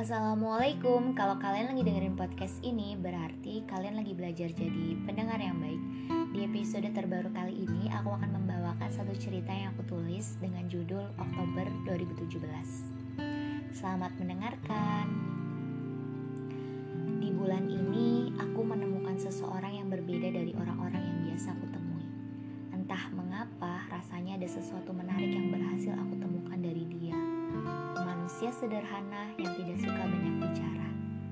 Assalamualaikum. Kalau kalian lagi dengerin podcast ini, berarti kalian lagi belajar jadi pendengar yang baik. Di episode terbaru kali ini, aku akan membawakan satu cerita yang aku tulis dengan judul Oktober 2017. Selamat mendengarkan. Di bulan ini, aku menemukan seseorang yang berbeda dari orang-orang yang biasa aku temui. Entah mengapa, rasanya ada sesuatu menarik yang berhasil aku temukan dari dia. Manusia sederhana yang tidak suka banyak bicara.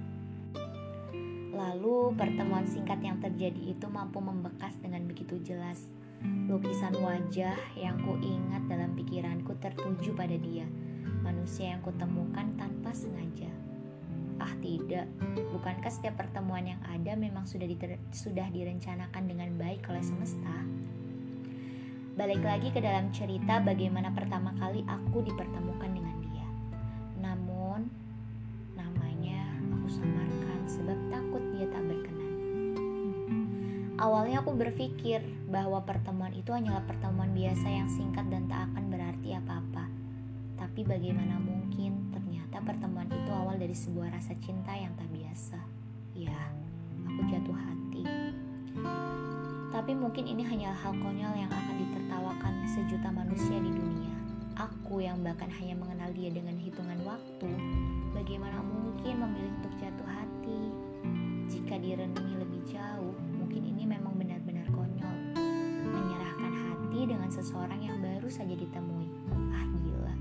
Lalu pertemuan singkat yang terjadi itu mampu membekas dengan begitu jelas. Lukisan wajah yang kuingat dalam pikiranku tertuju pada dia, manusia yang kutemukan tanpa sengaja. Ah tidak, bukankah setiap pertemuan yang ada memang sudah direncanakan dengan baik oleh semesta? Balik lagi ke dalam cerita bagaimana pertama kali aku dipertemukan dengan dia. Namun, namanya aku samarkan sebab takut dia tak berkenan. Awalnya aku berpikir bahwa pertemuan itu hanyalah pertemuan biasa yang singkat dan tak akan berarti apa-apa. Tapi bagaimana mungkin ternyata pertemuan itu awal dari sebuah rasa cinta yang tak biasa. Ya, aku jatuh hati. Tapi mungkin ini hanyalah hal konyol yang akan ditertawakan sejuta manusia di dunia. Aku yang bahkan hanya mengenal dia dengan hitungan waktu, bagaimana mungkin memilih untuk jatuh hati? Jika direnungi lebih jauh, mungkin ini memang benar-benar konyol. Menyerahkan hati dengan seseorang yang baru saja ditemui. Ah gila.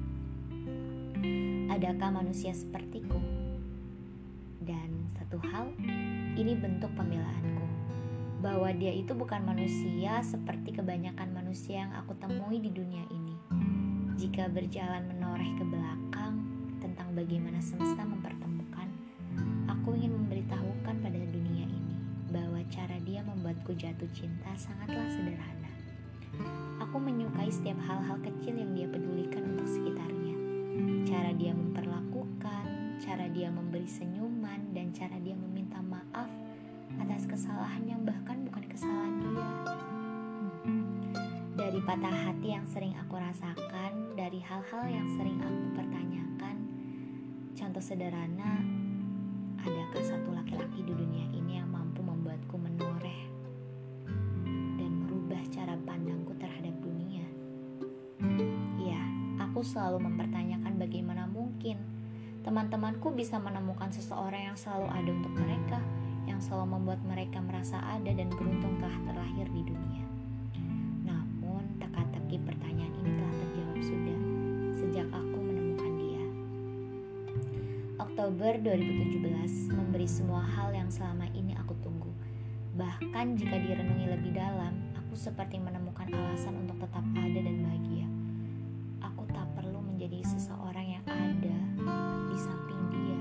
Adakah manusia sepertiku? Dan satu hal, ini bentuk pembelaanku. Bahwa dia itu bukan manusia seperti kebanyakan manusia yang aku temui di dunia ini. Jika berjalan menoreh ke belakang tentang bagaimana semesta mempertemukan, aku ingin memberitahukan pada dunia ini bahwa cara dia membuatku jatuh cinta sangatlah sederhana. Aku menyukai setiap hal-hal kecil yang dia pedulikan untuk sekitarnya. Cara dia memperlakukan, cara dia memberi senyuman, dan cara dia meminta maaf atas kesalahan yang bahkan bukan kesalahan dia. Dari patah hati yang sering aku rasakan, dari hal-hal yang sering aku pertanyakan, contoh sederhana, adakah satu laki-laki di dunia ini yang mampu membuatku menoreh dan merubah cara pandangku terhadap dunia? Ya, aku selalu mempertanyakan bagaimana mungkin teman-temanku bisa menemukan seseorang yang selalu ada untuk mereka, yang selalu membuat mereka merasa ada dan beruntung telah terlahir di dunia. Namun, teka-teki pertanyaan ini telah terjawab sudah sejak aku menemukan dia. Oktober 2017 memberi semua hal yang selama ini aku tunggu. Bahkan jika direnungi lebih dalam, aku seperti menemukan alasan untuk tetap ada dan bahagia. Aku tak perlu menjadi seseorang yang ada di samping dia.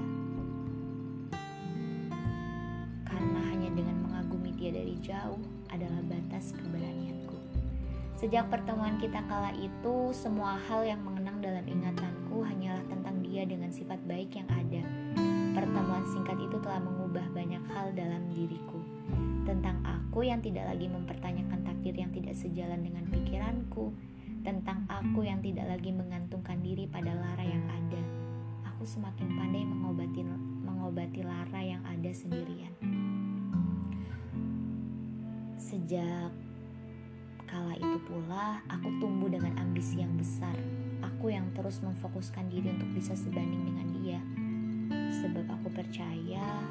Karena hanya dengan mengagumi dia dari jauh adalah batas keberanianku. Sejak pertemuan kita kala itu, semua hal yang mengenang dalam ingatanku hanyalah tentang dia dengan sifat baik yang ada. Pertemuan singkat itu telah mengubah banyak hal dalam diriku. Tentang aku yang tidak lagi mempertanyakan takdir yang tidak sejalan dengan pikiranku. Tentang aku yang tidak lagi menggantungkan diri pada lara yang ada. Aku semakin pandai mengobati lara yang ada sendirian. Sejak kala itu pula, aku tumbuh dengan ambisi yang besar. Aku yang terus memfokuskan diri untuk bisa sebanding dengan dia. Sebab aku percaya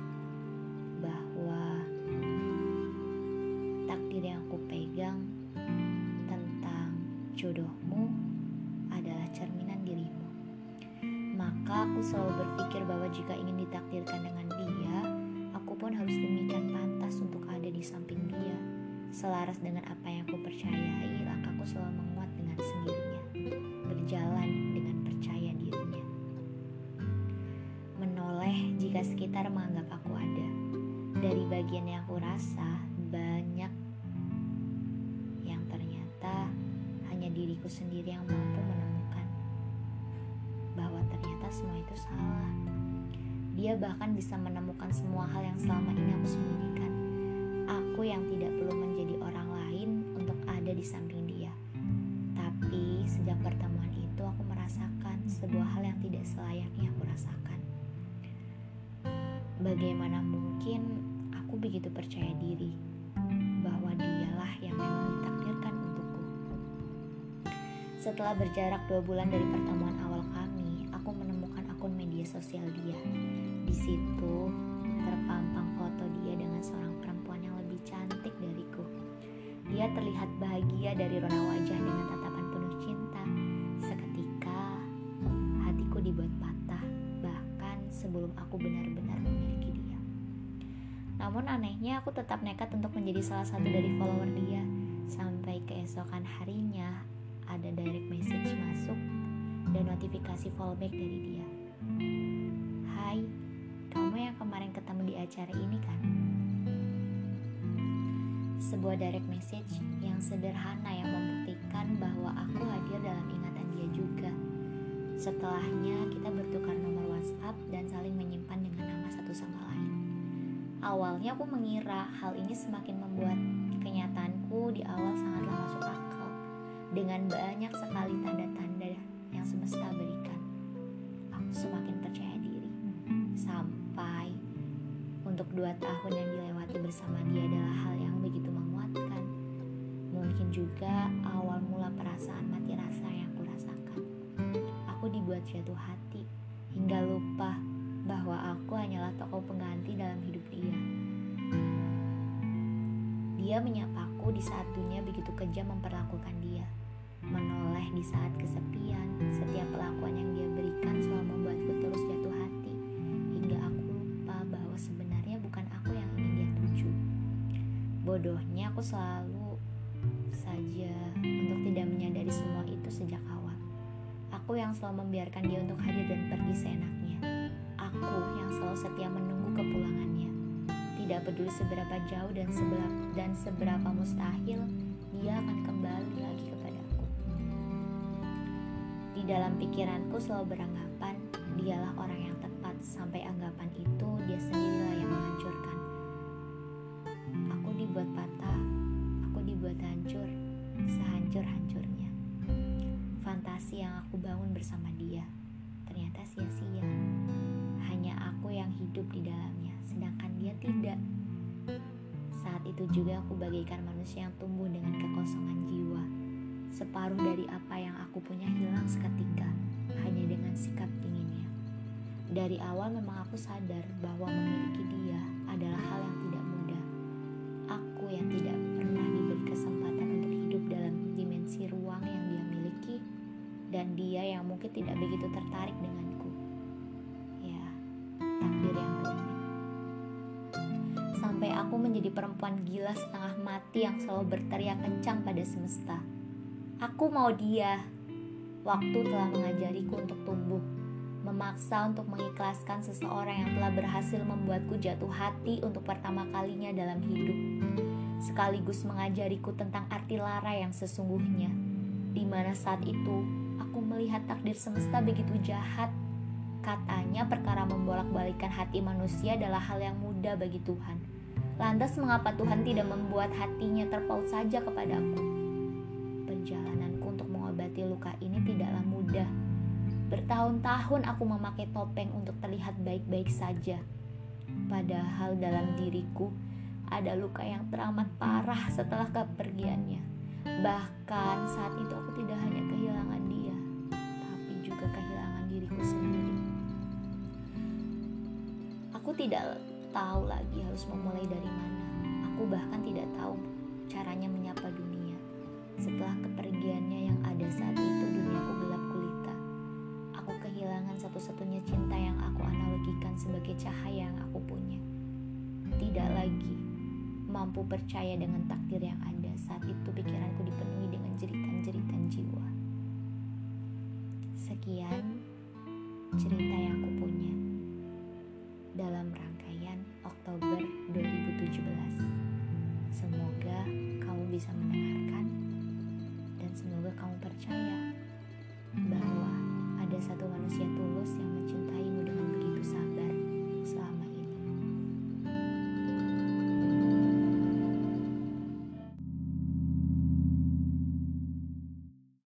bahwa takdir yang aku pegang tentang jodohmu adalah cerminan dirimu. Maka aku selalu berpikir bahwa jika ingin ditakdirkan dengan dia, aku pun harus demikian pantas untuk ada di samping dia. Selaras dengan apa yang aku percayai, langkahku selalu menguat dengan sendirinya, berjalan dengan percaya dirinya. Menoleh jika sekitar menganggap aku ada. Dari bagian yang aku rasa, banyak yang ternyata hanya diriku sendiri yang mampu menemukan bahwa ternyata semua itu salah. Dia bahkan bisa menemukan semua hal yang selama ini aku sembunyikan. Aku yang tidak perlu menjadi orang lain untuk ada di samping dia. Tapi sejak pertemuan itu aku merasakan sebuah hal yang tidak selayaknya aku rasakan. Bagaimana mungkin aku begitu percaya diri bahwa dialah yang memang ditakdirkan untukku. Setelah berjarak 2 bulan dari pertemuan awal kami, aku menemukan akun media sosial dia. Di situ terpampang foto dia dengan seorang perempuan yang lebih cantik dariku. Dia terlihat bahagia dari rona wajah dengan tatapan penuh cinta. Seketika hatiku dibuat patah, bahkan sebelum aku benar-benar memiliki dia. Namun anehnya aku tetap nekat untuk menjadi salah satu dari follower dia. Sampai keesokan harinya ada direct message masuk dan notifikasi follow back dari dia. Hai, kamu yang kemarin ketemu di acara ini kan? Sebuah direct message yang sederhana yang membuktikan bahwa aku hadir dalam ingatan dia juga. Setelahnya kita bertukar nomor WhatsApp dan saling menyimpan dengan nama satu sama lain. Awalnya aku mengira hal ini semakin membuat kenyataanku di awal sangatlah masuk akal. Dengan banyak sekali tanda-tanda yang semesta berikan, aku semakin percaya diri. Sampai untuk 2 tahun yang dilewati bersama dia adalah hal yang begitu menguatkan. Mungkin juga awal mula perasaan mati rasa yang aku rasakan. Aku dibuat jatuh hati hingga lupa bahwa aku hanyalah tokoh pengganti dalam hidup dia. Dia menyapaku di saat dunia begitu kejam memperlakukan dia. Menoleh di saat kesepian. Setiap perlakuan yang dia berikan selalu membuatku terus jatuh hati hingga aku lupa bahwa sebenarnya bukan aku yang ingin dia tuju. Bodohnya aku selalu saja untuk tidak menyadari semua itu sejak awal. Aku yang selalu membiarkan dia untuk hadir dan pergi seenaknya. Aku yang selalu setia menunggu kepulangannya. Tidak peduli seberapa jauh dan seberapa mustahil dia akan kembali lagi kepadaku. Di dalam pikiranku selalu beranggapan dialah orang yang tepat, sampai anggapan itu dia sendirilah yang menghancurkan. Aku dibuat patah, aku dibuat hancur, sehancur-hancurnya. Fantasi yang aku bangun bersama dia ternyata sia-sia. Hanya aku yang hidup di dalamnya, sedangkan dia tidak. Saat itu juga aku bagaikan manusia yang tumbuh dengan kekosongan jiwa. Separuh dari apa yang aku punya hilang seketika, hanya dengan sikap dinginnya. Dari awal memang aku sadar bahwa memiliki dia adalah hal yang tidak mudah. Aku yang tidak pernah diberi kesempatan untuk hidup dalam dimensi ruang yang dia miliki, dan dia yang mungkin tidak begitu tertarik denganku. Ya, takdir yang rumit. Sampai aku menjadi perempuan gila setengah mati yang selalu berteriak kencang pada semesta. Aku mau dia. Waktu telah mengajariku untuk tumbuh, memaksa untuk mengikhlaskan seseorang yang telah berhasil membuatku jatuh hati untuk pertama kalinya dalam hidup, sekaligus mengajariku tentang arti lara yang sesungguhnya, di mana saat itu aku melihat takdir semesta begitu jahat. Katanya perkara membolak-balikan hati manusia adalah hal yang mudah bagi Tuhan. Lantas mengapa Tuhan tidak membuat hatinya terpaut saja kepadaku? Perjalananku untuk mengobati luka ini tidaklah mudah. Bertahun-tahun aku memakai topeng untuk terlihat baik-baik saja. Padahal dalam diriku ada luka yang teramat parah setelah kepergiannya. Bahkan saat itu aku tidak hanya kehilangan dia, tapi juga kehilangan diriku sendiri. Aku tidak tahu lagi harus memulai dari mana. Aku bahkan tidak tahu caranya menyapa dunia. Setelah kepergiannya yang ada saat itu, duniaku gelap gulita. Aku kehilangan satu-satunya cinta yang aku analogikan sebagai cahaya yang aku punya. Tidak lagi mampu percaya dengan takdir yang ada. Saat itu pikiranku dipenuhi dengan jeritan-jeritan jiwa. Sekian cerita yang aku punya dalam rangkaian Oktober 2017. Semoga kamu bisa